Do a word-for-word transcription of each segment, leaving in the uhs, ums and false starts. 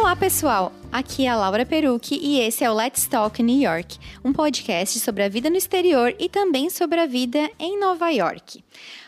Olá, pessoal! Aqui é a Laura Perucchi e esse é o Let's Talk New York, um podcast sobre a vida no exterior e também sobre a vida em Nova York.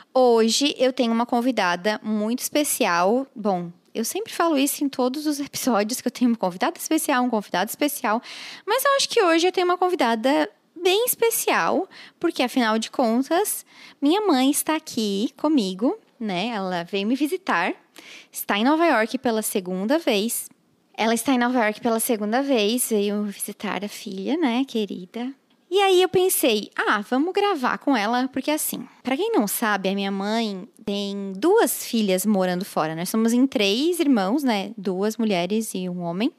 Hoje eu tenho uma convidada muito especial. Bom, eu sempre falo isso em todos os episódios, que eu tenho uma convidada especial, um convidado especial, mas eu acho que hoje eu tenho uma convidada bem especial, porque afinal de contas, minha mãe está aqui comigo, né? Ela veio me visitar, está em Nova York pela segunda vez. Ela está em Nova York pela segunda vez, veio visitar a filha, né, querida. E aí eu pensei, ah, vamos gravar com ela, porque assim, pra quem não sabe, a minha mãe tem duas filhas morando fora. Nós somos em três irmãos, né, duas mulheres e um homem.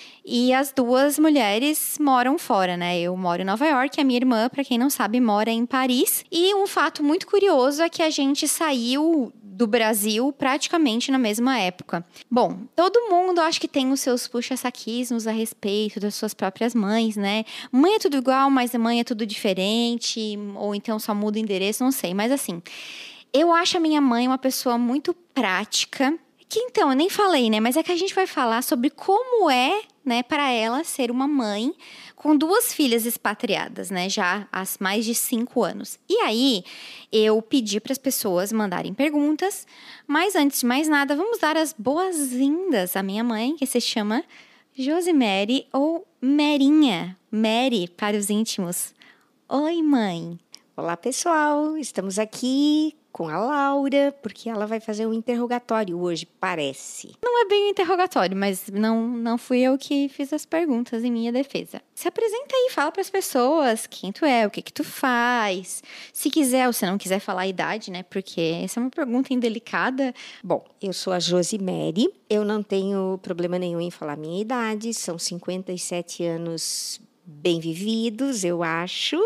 E as duas mulheres moram fora, né? Eu moro em Nova York, a minha irmã, pra quem não sabe, mora em Paris. E um fato muito curioso é que a gente saiu do Brasil praticamente na mesma época. Bom, todo mundo acho que tem os seus puxa-saquismos a respeito das suas próprias mães, né? Mãe é tudo igual, mas a mãe é tudo diferente, ou então só muda o endereço, não sei. Mas assim, eu acho a minha mãe uma pessoa muito prática. Que então, eu nem falei, né? Mas é que a gente vai falar sobre como é, né, para ela ser uma mãe com duas filhas expatriadas, né? Já há mais de cinco anos. E aí, eu pedi para as pessoas mandarem perguntas, mas antes de mais nada, vamos dar as boas-vindas à minha mãe, que se chama Josimary ou Merinha. Mary para os íntimos. Oi, mãe. Olá, pessoal. Estamos aqui com a Laura, porque ela vai fazer um interrogatório hoje, parece. Não é bem um interrogatório, mas não, não fui eu que fiz as perguntas em minha defesa. Se apresenta aí, fala para as pessoas quem tu é, o que que tu faz. Se quiser ou se não quiser falar a idade, né? Porque essa é uma pergunta indelicada. Bom, eu sou a Josimary, eu não tenho problema nenhum em falar minha idade, são cinquenta e sete anos bem vividos, eu acho.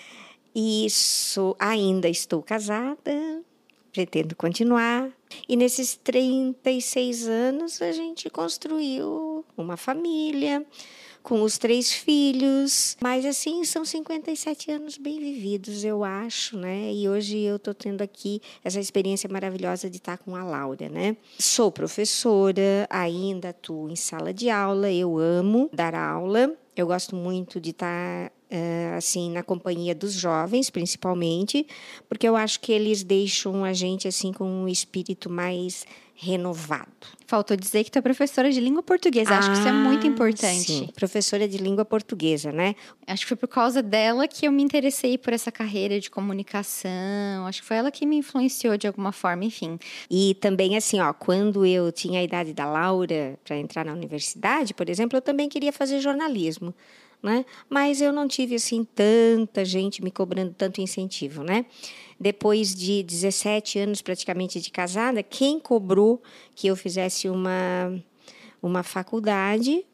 E isso, ainda estou casada, pretendo continuar. E nesses trinta e seis anos a gente construiu uma família com os três filhos. Mas assim, são cinquenta e sete anos bem vividos, eu acho, né? E hoje eu estou tendo aqui essa experiência maravilhosa de estar com a Laura, né? Sou professora, ainda atuo em sala de aula, eu amo dar aula. Eu gosto muito de estar Uh, assim, na companhia dos jovens, principalmente, porque eu acho que eles deixam a gente assim com um espírito mais renovado. Faltou dizer que tu é professora de língua portuguesa. Ah, acho que isso é muito importante. Sim, professora de língua portuguesa, né? Acho que foi por causa dela que eu me interessei por essa carreira de comunicação. Acho que foi ela que me influenciou de alguma forma, enfim. E também assim, ó, quando eu tinha a idade da Laura para entrar na universidade, por exemplo, eu também queria fazer jornalismo. Né? Mas eu não tive assim tanta gente me cobrando tanto incentivo, né? Depois de dezessete anos praticamente de casada, quem cobrou que eu fizesse uma, uma faculdade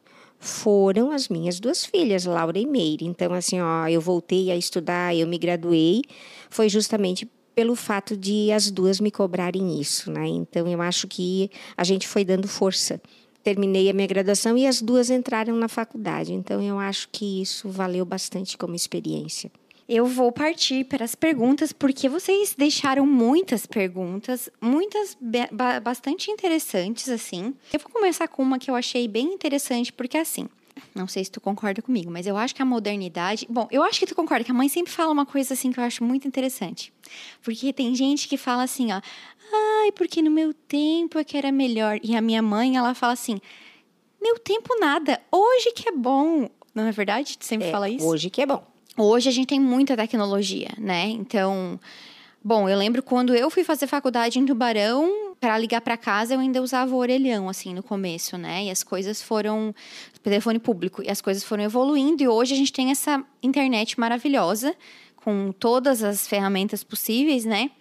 foram as minhas duas filhas, Laura e Meire. Então, assim, ó, eu voltei a estudar, eu me graduei, foi justamente pelo fato de as duas me cobrarem isso, né? Então, eu acho que a gente foi dando força. Terminei a minha graduação e as duas entraram na faculdade. Então, eu acho que isso valeu bastante como experiência. Eu vou partir para as perguntas, porque vocês deixaram muitas perguntas, muitas ba- bastante interessantes, assim. Eu vou começar com uma que eu achei bem interessante, porque assim, não sei se tu concorda comigo, mas eu acho que a modernidade... Bom, eu acho que tu concorda, que a mãe sempre fala uma coisa assim que eu acho muito interessante. Porque tem gente que fala assim, ó... Ai, porque no meu tempo é que era melhor. E a minha mãe, ela fala assim... Meu tempo nada, hoje que é bom. Não é verdade? Tu sempre é, fala isso? Hoje que é bom. Hoje a gente tem muita tecnologia, né? Então... Bom, eu lembro quando eu fui fazer faculdade em Tubarão, para ligar para casa eu ainda usava o orelhão, assim, no começo, né? E as coisas foram... Telefone público. E as coisas foram evoluindo. E hoje a gente tem essa internet maravilhosa, com todas as ferramentas possíveis, né?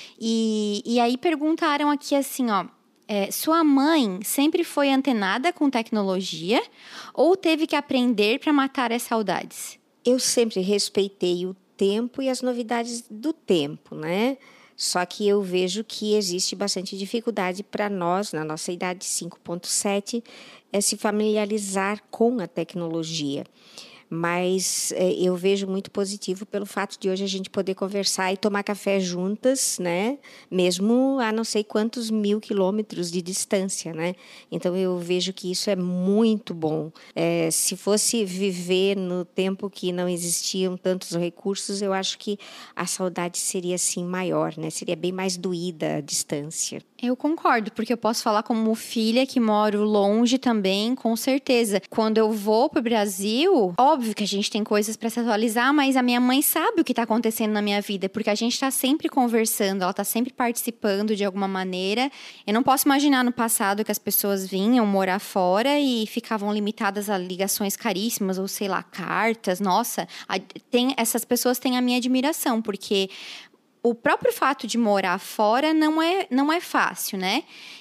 E, e aí perguntaram aqui assim, ó... É, sua mãe sempre foi antenada com tecnologia ou teve que aprender para matar as saudades? Eu sempre respeitei o tempo e as novidades do tempo, né? Só que eu vejo que existe bastante dificuldade para nós, na nossa idade cinco ponto sete, é se familiarizar com a tecnologia. Mas é, eu vejo muito positivo pelo fato de hoje a gente poder conversar e tomar café juntas, né? Mesmo a não sei quantos mil quilômetros de distância, né? Então eu vejo que isso é muito bom. É, se fosse viver no tempo que não existiam tantos recursos, eu acho que a saudade seria assim maior, né? Seria bem mais doída a distância. Eu concordo, porque eu posso falar como filha que moro longe também, com certeza. Quando eu vou pro Brasil, óbvio que a gente tem coisas para se atualizar, mas a minha mãe sabe o que tá acontecendo na minha vida, porque a gente tá sempre conversando, ela tá sempre participando de alguma maneira. Eu não posso imaginar no passado que as pessoas vinham morar fora e ficavam limitadas a ligações caríssimas, ou sei lá, cartas. Nossa, a, tem, essas pessoas têm a minha admiração, porque o próprio fato de morar fora não é, não é fácil, né?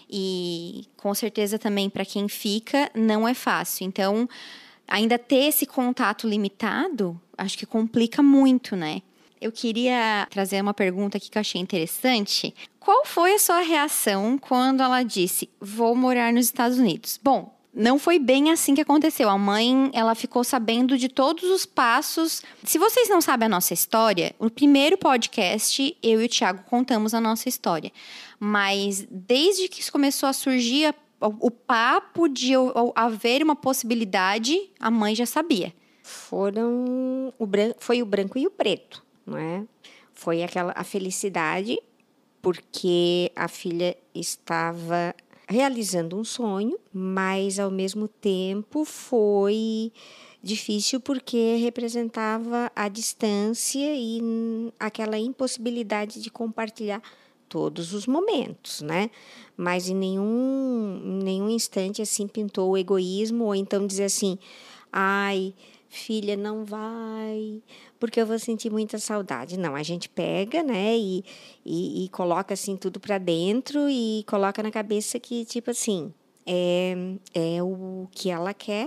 E com certeza também para quem fica não é fácil. Então, ainda ter esse contato limitado, acho que complica muito, né? Eu queria trazer uma pergunta aqui que eu achei interessante. Qual foi a sua reação quando ela disse, vou morar nos Estados Unidos? Bom, não foi bem assim que aconteceu. A mãe, ela ficou sabendo de todos os passos. Se vocês não sabem a nossa história, no primeiro podcast, eu e o Thiago contamos a nossa história. Mas desde que isso começou a surgir, o papo de haver uma possibilidade, a mãe já sabia. Foram o branco, foi o branco e o preto, não é? Foi aquela a felicidade, porque a filha estava realizando um sonho, mas ao mesmo tempo foi difícil porque representava a distância e aquela impossibilidade de compartilhar todos os momentos, né? Mas em nenhum, nenhum instante assim pintou o egoísmo ou então dizer assim, ai, filha, não vai, porque eu vou sentir muita saudade. Não, a gente pega, né, e, e, e coloca, assim, tudo para dentro e coloca na cabeça que, tipo assim, é, é o que ela quer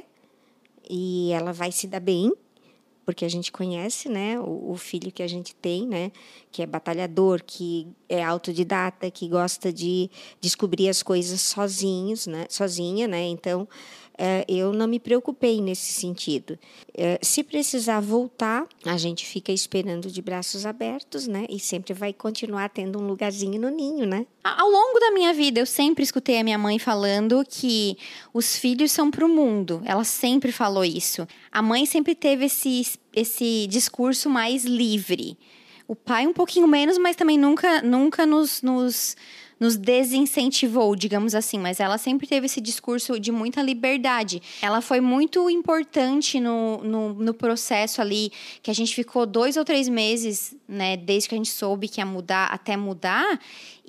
e ela vai se dar bem, porque a gente conhece, né, o, o filho que a gente tem, né, que é batalhador, que é autodidata, que gosta de descobrir as coisas sozinhos, né, sozinha, né, então eu não me preocupei nesse sentido. Se precisar voltar, a gente fica esperando de braços abertos, né? E sempre vai continuar tendo um lugarzinho no ninho, né? Ao longo da minha vida, eu sempre escutei a minha mãe falando que os filhos são para o mundo. Ela sempre falou isso. A mãe sempre teve esse, esse discurso mais livre. O pai um pouquinho menos, mas também nunca, nunca nos... nos nos desincentivou, digamos assim, mas ela sempre teve esse discurso de muita liberdade. Ela foi muito importante no, no, no processo ali, que a gente ficou dois ou três meses, né, desde que a gente soube que ia mudar até mudar,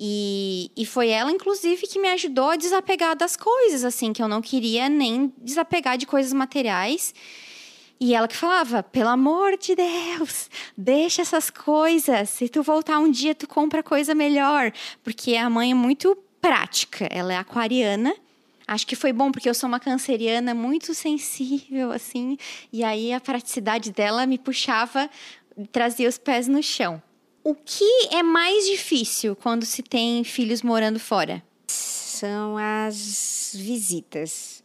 e, e foi ela, inclusive, que me ajudou a desapegar das coisas, assim, que eu não queria nem desapegar de coisas materiais. E ela que falava, pelo amor de Deus, deixa essas coisas. Se tu voltar um dia, tu compra coisa melhor. Porque a mãe é muito prática. Ela é aquariana. Acho que foi bom, porque eu sou uma canceriana muito sensível, assim. E aí a praticidade dela me puxava, trazia os pés no chão. O que é mais difícil quando se tem filhos morando fora? São as visitas.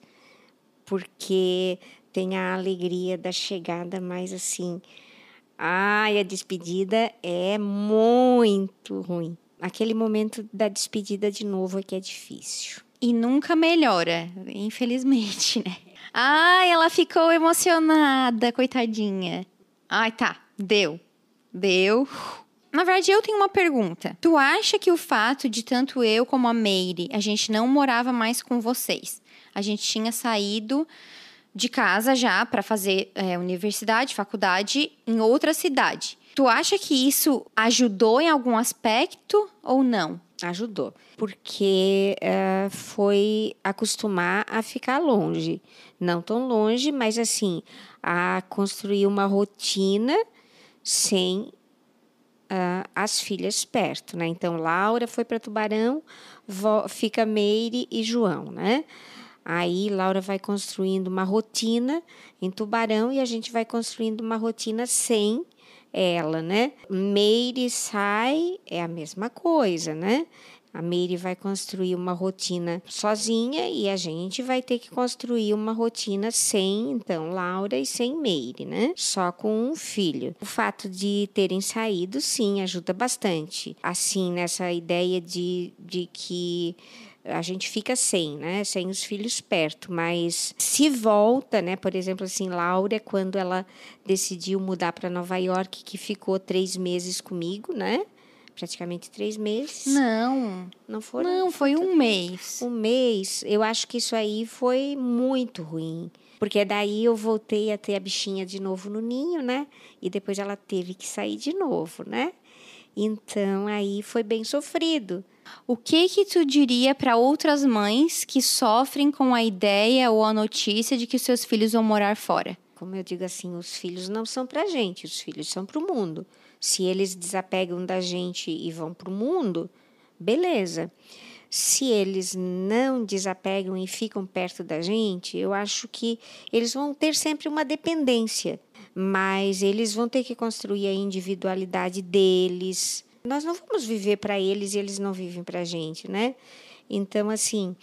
Porque tem a alegria da chegada, mas assim, ai, a despedida é muito ruim. Aquele momento da despedida de novo é que é difícil. E nunca melhora, infelizmente, né? Ai, ela ficou emocionada, coitadinha. Ai, tá, deu, deu. Na verdade, eu tenho uma pergunta. Tu acha que o fato de tanto eu como a Meire, a gente não morava mais com vocês, a gente tinha saído de casa já para fazer é, universidade, faculdade em outra cidade. Tu acha que isso ajudou em algum aspecto ou não? Ajudou, porque uh, foi acostumar a ficar longe. Não tão longe, mas assim, a construir uma rotina sem uh, as filhas perto, né? Então, Laura foi para Tubarão, vo- fica Meire e João, né? Aí, Laura vai construindo uma rotina em Tubarão e a gente vai construindo uma rotina sem ela, né? Meire sai, é a mesma coisa, né? A Meire vai construir uma rotina sozinha e a gente vai ter que construir uma rotina sem, então, Laura e sem Meire, né? Só com um filho. O fato de terem saído, sim, ajuda bastante. Assim, nessa ideia de, de que a gente fica sem, né? Sem os filhos perto, mas se volta, né? Por exemplo, assim, Laura, quando ela decidiu mudar para Nova York, que ficou três meses comigo, né? Praticamente três meses. Não. Não foram? Não, foi um mês. Um mês. Eu acho que isso aí foi muito ruim. Porque daí eu voltei a ter a bichinha de novo no ninho, né? E depois ela teve que sair de novo, né? Então, aí foi bem sofrido. O que que tu diria para outras mães que sofrem com a ideia ou a notícia de que seus filhos vão morar fora? Como eu digo assim, os filhos não são pra gente, os filhos são pro mundo. Se eles desapegam da gente e vão pro mundo, beleza. Se eles não desapegam e ficam perto da gente, eu acho que eles vão ter sempre uma dependência, mas eles vão ter que construir a individualidade deles. Nós não vamos viver para eles e eles não vivem para a gente, né? Então, assim,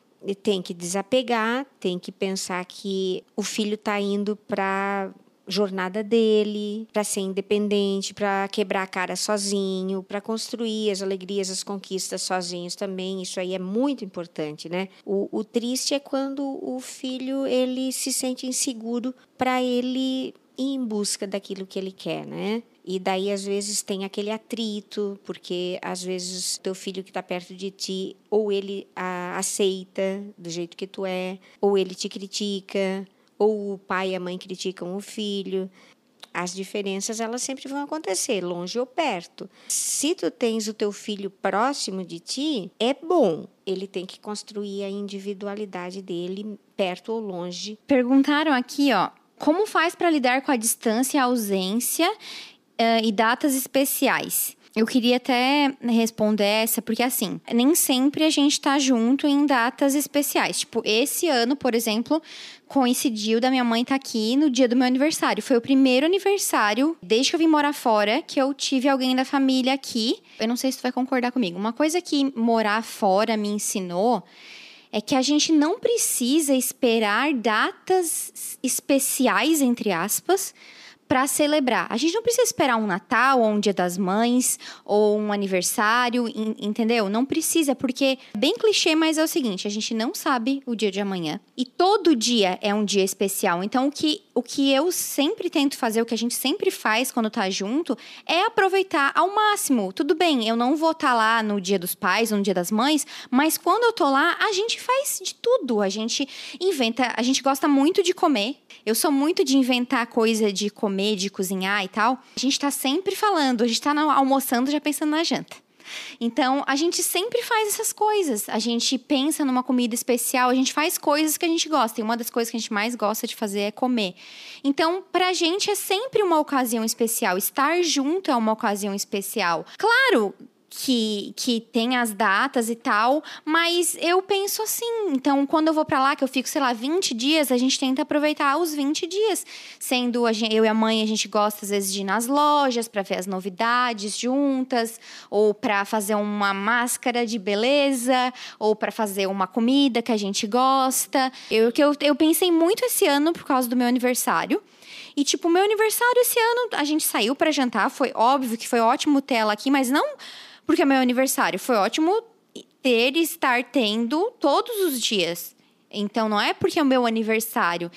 tem que desapegar, tem que pensar que o filho está indo para jornada dele, para ser independente, para quebrar a cara sozinho, para construir as alegrias, as conquistas sozinhos também. Isso aí é muito importante, né? O, o triste é quando o filho ele se sente inseguro para ele ir em busca daquilo que ele quer, né? E daí, às vezes, tem aquele atrito, porque, às vezes, teu filho que está perto de ti, ou ele a, aceita do jeito que tu é, ou ele te critica, ou o pai e a mãe criticam o filho. As diferenças, elas sempre vão acontecer, longe ou perto. Se tu tens o teu filho próximo de ti, é bom. Ele tem que construir a individualidade dele, perto ou longe. Perguntaram aqui, ó, como faz para lidar com a distância, a ausência uh, e datas especiais? Eu queria até responder essa, porque assim, nem sempre a gente tá junto em datas especiais. Tipo, esse ano, por exemplo, coincidiu da minha mãe estar aqui no dia do meu aniversário. Foi o primeiro aniversário, desde que eu vim morar fora, que eu tive alguém da família aqui. Eu não sei se tu vai concordar comigo. Uma coisa que morar fora me ensinou é que a gente não precisa esperar datas especiais, entre aspas, para celebrar. A gente não precisa esperar um Natal, ou um Dia das Mães, ou um aniversário, entendeu? Não precisa, porque é bem clichê, mas é o seguinte, a gente não sabe o dia de amanhã. E todo dia é um dia especial. Então, o que, o que eu sempre tento fazer, o que a gente sempre faz quando tá junto, é aproveitar ao máximo. Tudo bem, eu não vou estar lá no Dia dos Pais, ou no Dia das Mães, mas quando eu tô lá, a gente faz de tudo. A gente inventa, a gente gosta muito de comer. Eu sou muito de inventar coisa de comer, de cozinhar e tal. A gente tá sempre falando, a gente tá almoçando já pensando na janta. Então, a gente sempre faz essas coisas. A gente pensa numa comida especial, a gente faz coisas que a gente gosta. E uma das coisas que a gente mais gosta de fazer é comer. Então, pra gente é sempre uma ocasião especial. Estar junto é uma ocasião especial. Claro que, que tem as datas e tal, mas eu penso assim, então quando eu vou pra lá, que eu fico, sei lá, vinte dias, a gente tenta aproveitar os vinte dias, sendo a gente, eu e a mãe, a gente gosta às vezes de ir nas lojas pra ver as novidades juntas, ou pra fazer uma máscara de beleza, ou pra fazer uma comida que a gente gosta. Eu, que eu, eu pensei muito esse ano por causa do meu aniversário. E, tipo, meu aniversário esse ano, a gente saiu pra jantar, foi óbvio que foi ótimo ter ela aqui, mas não porque é meu aniversário, foi ótimo ter e estar tendo todos os dias. Então, não é porque é o meu aniversário.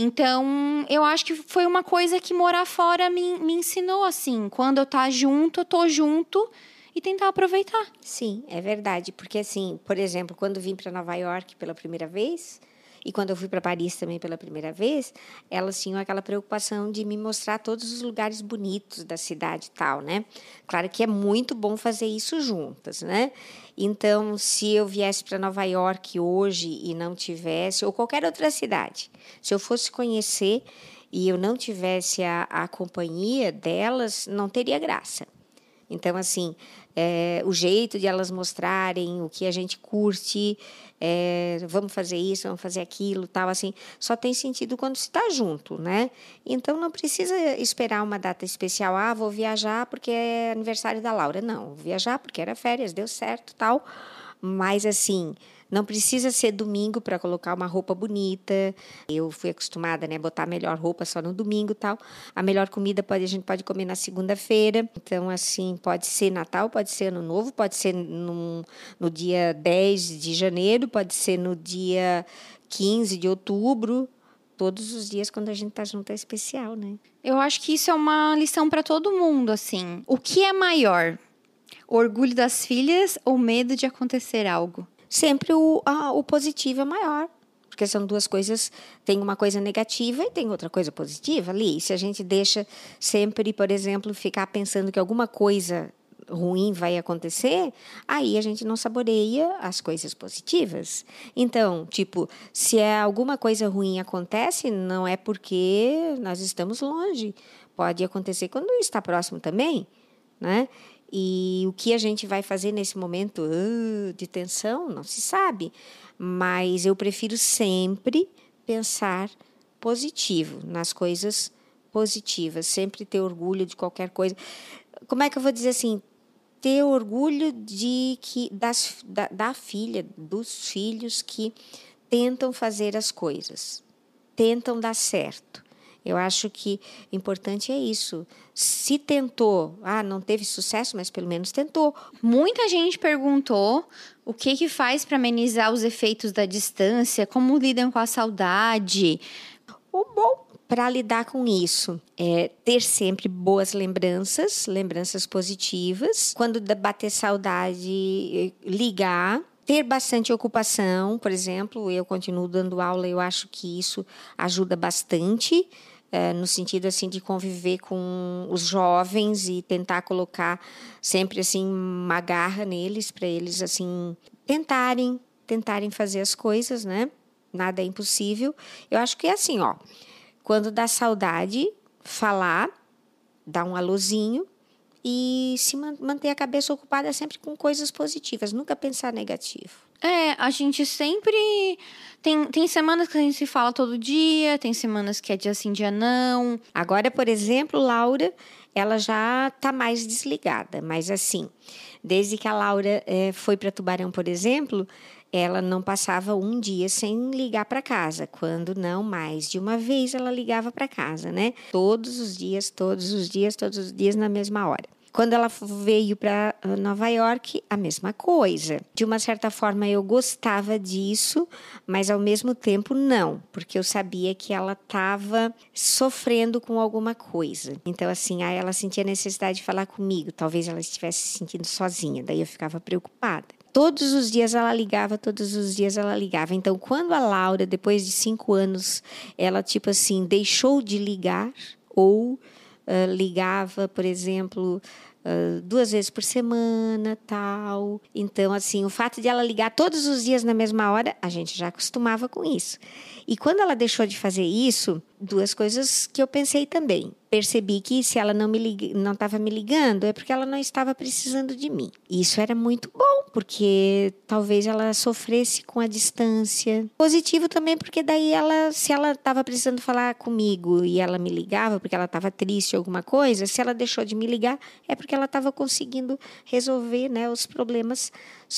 Então, eu acho que foi uma coisa que morar fora me, me ensinou, assim. Quando eu tá junto, eu tô junto e tentar aproveitar. Sim, é verdade. Porque, assim, por exemplo, quando vim para Nova York pela primeira vez, e quando eu fui para Paris também pela primeira vez, elas tinham aquela preocupação de me mostrar todos os lugares bonitos da cidade e tal, né? Claro que é muito bom fazer isso juntas, né? Então, se eu viesse para Nova York hoje e não tivesse, ou qualquer outra cidade, se eu fosse conhecer e eu não tivesse a, a companhia delas, não teria graça. Então, assim, é, o jeito de elas mostrarem o que a gente curte, é, vamos fazer isso, vamos fazer aquilo, tal, assim, só tem sentido quando se está junto, né? Então, não precisa esperar uma data especial, ah, vou viajar porque é aniversário da Laura. Não, vou viajar porque era férias, deu certo, tal. Mas, assim, não precisa ser domingo para colocar uma roupa bonita. Eu fui acostumada, né, botar a melhor roupa só no domingo e tal. A melhor comida pode, a gente pode comer na segunda-feira. Então, assim, pode ser Natal, pode ser Ano Novo, pode ser no, no dia dez de janeiro, pode ser no dia quinze de outubro. Todos os dias, quando a gente tá junto, é especial, né? Eu acho que isso é uma lição para todo mundo, assim. O que é maior? O orgulho das filhas ou medo de acontecer algo? Sempre o, a, o positivo é maior. Porque são duas coisas, tem uma coisa negativa e tem outra coisa positiva ali. E se a gente deixa sempre, por exemplo, ficar pensando que alguma coisa ruim vai acontecer, aí a gente não saboreia as coisas positivas. Então, tipo, se é alguma coisa ruim acontece, não é porque nós estamos longe. Pode acontecer quando está próximo também, né? E o que a gente vai fazer nesse momento uh, de tensão, não se sabe. Mas eu prefiro sempre pensar positivo, nas coisas positivas. Sempre ter orgulho de qualquer coisa. Como é que eu vou dizer assim? Ter orgulho de que, das, da, da filha, dos filhos que tentam fazer as coisas. Tentam dar certo. Eu acho que o importante é isso. Se tentou, ah, não teve sucesso, mas pelo menos tentou. Muita gente perguntou o que que faz para amenizar os efeitos da distância, como lidam com a saudade. O bom para lidar com isso é ter sempre boas lembranças, lembranças positivas. Quando bater saudade, ligar. Ter bastante ocupação, por exemplo, eu continuo dando aula, eu acho que isso ajuda bastante. É, no sentido assim de conviver com os jovens e tentar colocar sempre assim uma garra neles para eles assim tentarem tentarem fazer as coisas, né? Nada é impossível. Eu acho que é assim, ó, quando dá saudade, falar, dar um alôzinho e se manter a cabeça ocupada sempre com coisas positivas, nunca pensar negativo. É, a gente sempre... Tem, tem semanas que a gente se fala todo dia, tem semanas que é dia sim, dia não. Agora, por exemplo, Laura, ela já está mais desligada, mas assim, desde que a Laura é, foi para Tubarão, por exemplo, ela não passava um dia sem ligar para casa. Quando não, mais de uma vez ela ligava para casa, né? Todos os dias, todos os dias, todos os dias na mesma hora. Quando ela veio para Nova York, a mesma coisa. De uma certa forma, eu gostava disso, mas ao mesmo tempo não, porque eu sabia que ela estava sofrendo com alguma coisa. Então, assim, aí ela sentia necessidade de falar comigo. Talvez ela estivesse se sentindo sozinha, daí eu ficava preocupada. Todos os dias ela ligava, todos os dias ela ligava. Então, quando a Laura, depois de cinco anos, ela, tipo assim, deixou de ligar ou... Uh, ligava, por exemplo, uh, duas vezes por semana, tal. Então, assim, o fato de ela ligar todos os dias na mesma hora, a gente já acostumava com isso. E quando ela deixou de fazer isso, duas coisas que eu pensei também. Percebi que se ela não me lig... não estava me ligando, é porque ela não estava precisando de mim. Isso era muito bom, porque talvez ela sofresse com a distância. Positivo também, porque daí ela, se ela estava precisando falar comigo e ela me ligava porque ela estava triste ou alguma coisa, se ela deixou de me ligar, é porque ela estava conseguindo resolver, né, os problemas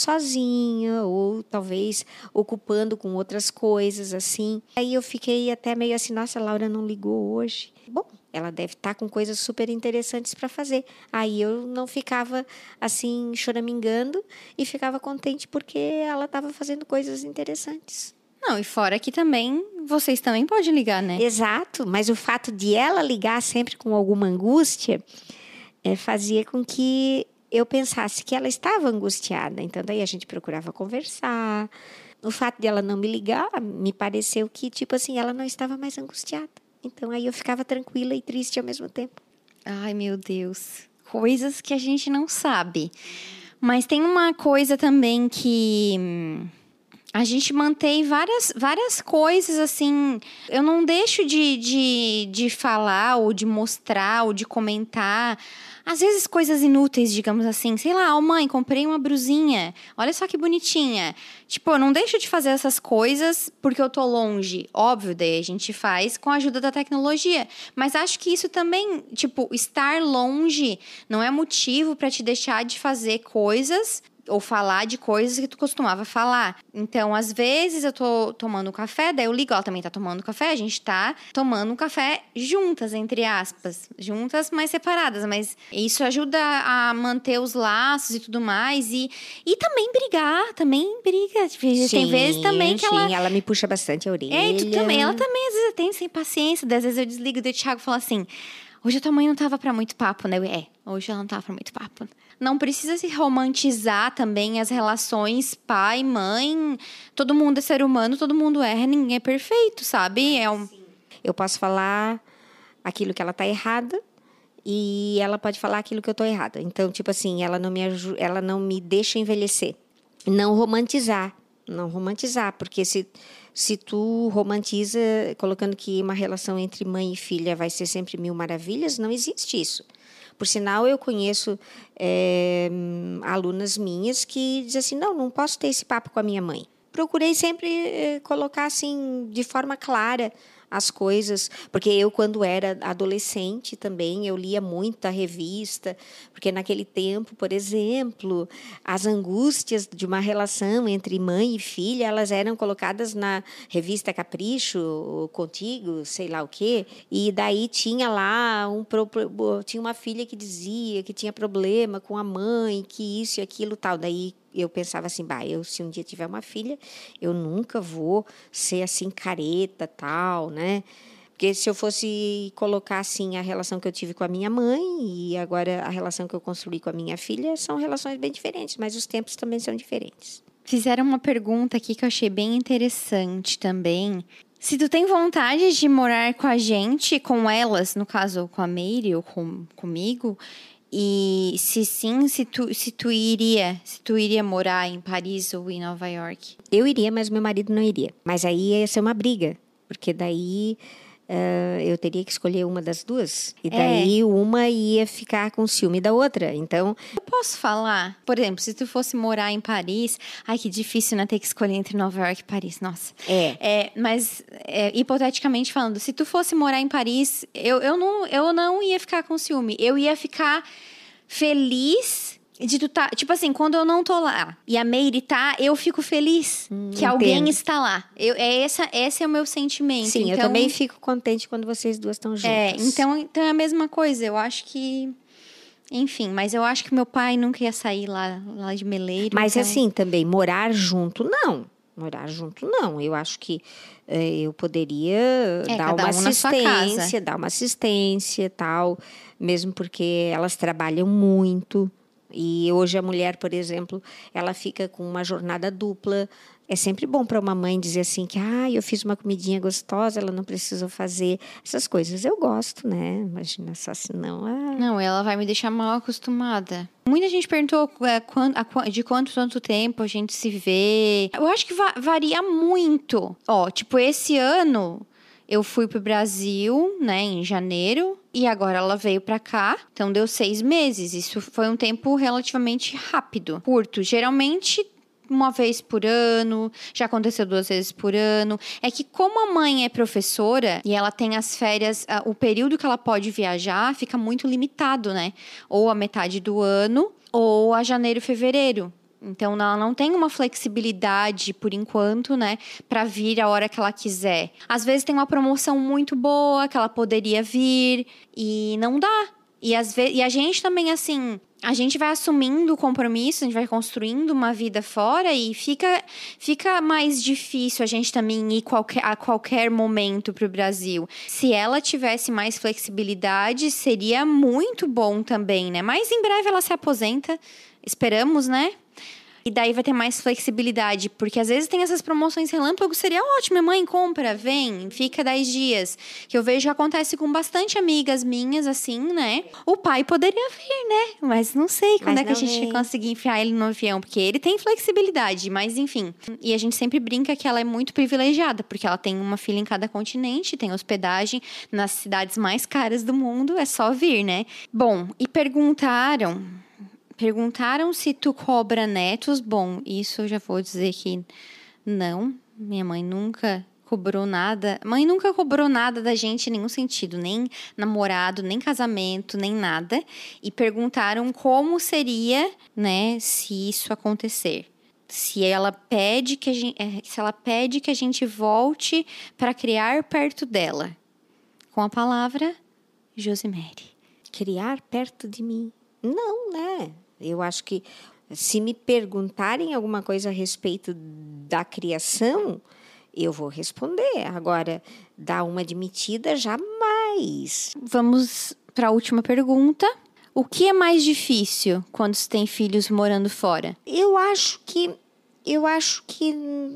sozinha ou talvez ocupando com outras coisas, assim. Aí eu fiquei até meio assim, nossa, a Laura não ligou hoje. Bom, ela deve estar com coisas super interessantes para fazer. Aí eu não ficava assim choramingando e ficava contente porque ela estava fazendo coisas interessantes. Não, e fora que também, vocês também podem ligar, né? Exato, mas o fato de ela ligar sempre com alguma angústia é, fazia com que eu pensasse que ela estava angustiada. Então, daí a gente procurava conversar. O fato de ela não me ligar, me pareceu que, tipo assim, ela não estava mais angustiada. Então, aí eu ficava tranquila e triste ao mesmo tempo. Ai, meu Deus. Coisas que a gente não sabe. Mas tem uma coisa também que... A gente mantém várias, várias coisas, assim. Eu não deixo de, de, de falar, ou de mostrar, ou de comentar. Às vezes coisas inúteis, digamos assim. Sei lá, ó, mãe, comprei uma brusinha. Olha só que bonitinha. Tipo, eu não deixo de fazer essas coisas porque eu tô longe. Óbvio, daí a gente faz com a ajuda da tecnologia. Mas acho que isso também, tipo, estar longe não é motivo pra te deixar de fazer coisas ou falar de coisas que tu costumava falar. Então, às vezes, eu tô tomando café, daí eu ligo, ela também tá tomando café, a gente tá tomando um café juntas, entre aspas. Juntas, mas separadas. Mas isso ajuda a manter os laços e tudo mais. E, e também brigar, também briga. Sim, tem vezes também que sim, ela... ela me puxa bastante a orelha. É, e tu também. Ela também, às vezes, tem sem paciência. Às vezes eu desligo e o Thiago fala assim... Hoje a tua mãe não tava pra muito papo, né? É, hoje ela não tava pra muito papo. Não precisa se romantizar também as relações pai, mãe. Todo mundo é ser humano, todo mundo erra, ninguém é perfeito, sabe? É um... Eu posso falar aquilo que ela tá errada e ela pode falar aquilo que eu tô errada. Então, tipo assim, ela não me, aju- ela não me deixa envelhecer. Não romantizar. Não romantizar, porque se, se tu romantiza colocando que uma relação entre mãe e filha vai ser sempre mil maravilhas, não existe isso. Por sinal, eu conheço é, alunas minhas que dizem assim, não, não posso ter esse papo com a minha mãe. Procurei sempre é, colocar assim, de forma clara as coisas, porque eu, quando era adolescente também, eu lia muita revista, porque naquele tempo, por exemplo, as angústias de uma relação entre mãe e filha, elas eram colocadas na revista Capricho, Contigo, sei lá o quê, e daí tinha lá, um, tinha uma filha que dizia que tinha problema com a mãe, que isso e aquilo tal, daí eu pensava assim, bah, eu se um dia tiver uma filha, eu nunca vou ser assim careta, tal, né? Porque se eu fosse colocar assim a relação que eu tive com a minha mãe e agora a relação que eu construí com a minha filha, são relações bem diferentes, mas os tempos também são diferentes. Fizeram uma pergunta aqui que eu achei bem interessante também. Se tu tem vontade de morar com a gente, com elas, no caso com a Meire ou com, comigo... E se sim, se tu, se tu iria, se tu iria morar em Paris ou em Nova York? Eu iria, mas meu marido não iria. Mas aí ia ser uma briga, porque daí uh, eu teria que escolher uma das duas. E daí é. uma ia ficar com ciúme da outra, então... Eu posso falar, por exemplo, se tu fosse morar em Paris... Ai, que difícil, né, ter que escolher entre Nova York e Paris, nossa. É. é mas, é, hipoteticamente falando, se tu fosse morar em Paris, eu, eu, não, eu não ia ficar com ciúme. Eu ia ficar feliz... De tu tá, tipo assim, quando eu não tô lá e a Meire tá, eu fico feliz hum, que entendo. Alguém está lá. Eu, é essa, esse é o meu sentimento. Sim, então, eu também fico contente quando vocês duas estão juntas. É, então, então é a mesma coisa. Eu acho que... Enfim, mas eu acho que meu pai nunca ia sair lá, lá de Meleiro. Mas então... assim, também, morar junto, não. Morar junto, não. Eu acho que eh, eu poderia é, dar uma um assistência, dar uma assistência e tal. Mesmo porque elas trabalham muito. E hoje a mulher, por exemplo, ela fica com uma jornada dupla. É sempre bom para uma mãe dizer assim que ah, eu fiz uma comidinha gostosa, ela não precisa fazer essas coisas. Eu gosto, né? Imagina só se não... Ah. Não, ela vai me deixar mal acostumada. Muita gente perguntou é, quando, a, de quanto tanto tempo a gente se vê. Eu acho que va- varia muito. Ó, tipo, esse ano... Eu fui pro Brasil, né, em janeiro, e agora ela veio pra cá, então deu seis meses. Isso foi um tempo relativamente rápido, curto. Geralmente, uma vez por ano, já aconteceu duas vezes por ano. É que como a mãe é professora e ela tem as férias, o período que ela pode viajar fica muito limitado, né? Ou a metade do ano, ou a janeiro e fevereiro. Então, ela não tem uma flexibilidade, por enquanto, né, para vir a hora que ela quiser. Às vezes tem uma promoção muito boa que ela poderia vir e não dá. E, às vezes, e a gente também, assim, a gente vai assumindo o compromisso, a gente vai construindo uma vida fora e fica, fica mais difícil a gente também ir qualquer, a qualquer momento pro Brasil. Se ela tivesse mais flexibilidade, seria muito bom também, né? Mas em breve ela se aposenta, esperamos, né? E daí vai ter mais flexibilidade, porque às vezes tem essas promoções relâmpago, seria ótimo, mãe, compra, vem, fica dez dias. Que eu vejo que acontece com bastante amigas minhas, assim, né? O pai poderia vir, né? Mas não sei quando Mas é que a gente vem. vai conseguir enfiar ele no avião, porque ele tem flexibilidade, mas enfim. E a gente sempre brinca que ela é muito privilegiada, porque ela tem uma filha em cada continente, tem hospedagem nas cidades mais caras do mundo, é só vir, né? Bom, e perguntaram... Perguntaram se tu cobra netos. Bom, isso eu já vou dizer que não. Minha mãe nunca cobrou nada. Mãe nunca cobrou nada da gente em nenhum sentido. Nem namorado, nem casamento, nem nada. E perguntaram como seria, né, se isso acontecer. Se ela pede que a gente, se ela pede que a gente volte para criar perto dela. Com a palavra, Josimere. Criar perto de mim? Não, né? Eu acho que se me perguntarem alguma coisa a respeito da criação, eu vou responder. Agora, dar uma admitida, jamais. Vamos para a última pergunta. O que é mais difícil quando se tem filhos morando fora? Eu acho que, eu acho que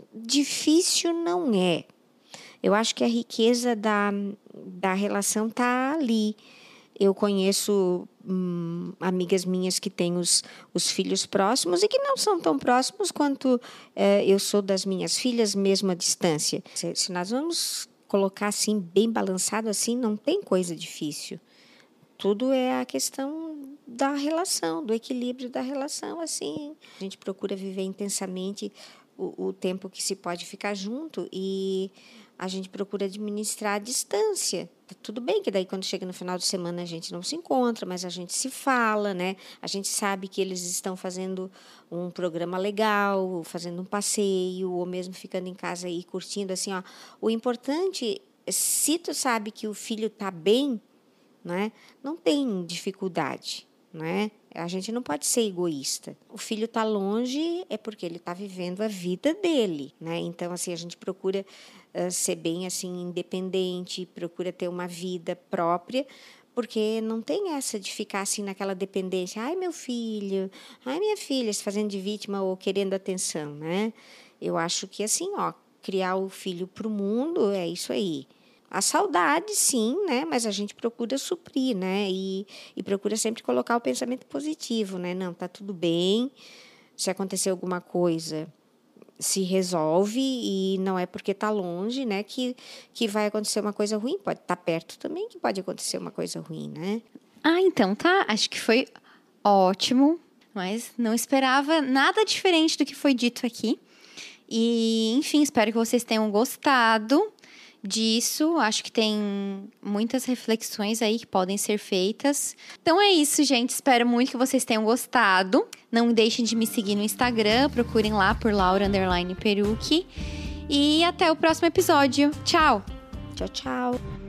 difícil não é. Eu acho que a riqueza da, da relação está ali. Eu conheço hum, amigas minhas que têm os, os filhos próximos e que não são tão próximos quanto eh, eu sou das minhas filhas, mesmo à distância. Se, se nós vamos colocar assim, bem balançado assim, não tem coisa difícil. Tudo é a questão da relação, do equilíbrio da relação, assim. A gente procura viver intensamente o, o tempo que se pode ficar junto e a gente procura administrar a distância. Tudo bem que daí quando chega no final de semana a gente não se encontra, mas a gente se fala, né? A gente sabe que eles estão fazendo um programa legal, fazendo um passeio, ou mesmo ficando em casa e curtindo, assim, ó. O importante, se tu sabe que o filho está bem, né? Não tem dificuldade, né? A gente não pode ser egoísta. O filho está longe é porque ele está vivendo a vida dele, né? Então, assim, a gente procura uh, ser bem assim independente, procura ter uma vida própria, porque não tem essa de ficar assim naquela dependência. Ai, meu filho, ai, minha filha, se fazendo de vítima ou querendo atenção, né? Eu acho que assim, ó, criar o filho para o mundo é isso aí. A saudade, sim, né? Mas a gente procura suprir, né? E, e procura sempre colocar o pensamento positivo, né? Não, tá tudo bem. Se acontecer alguma coisa, se resolve e não é porque tá longe, né? Que, que vai acontecer uma coisa ruim. Pode estar perto também que pode acontecer uma coisa ruim, né? Ah, então tá. Acho que foi ótimo, mas não esperava nada diferente do que foi dito aqui. E, enfim, espero que vocês tenham gostado disso. Acho que tem muitas reflexões aí que podem ser feitas. Então é isso, gente. Espero muito que vocês tenham gostado. Não deixem de me seguir no Instagram. Procurem lá por Laura underline Perucchi. E até o próximo episódio. Tchau! Tchau, tchau!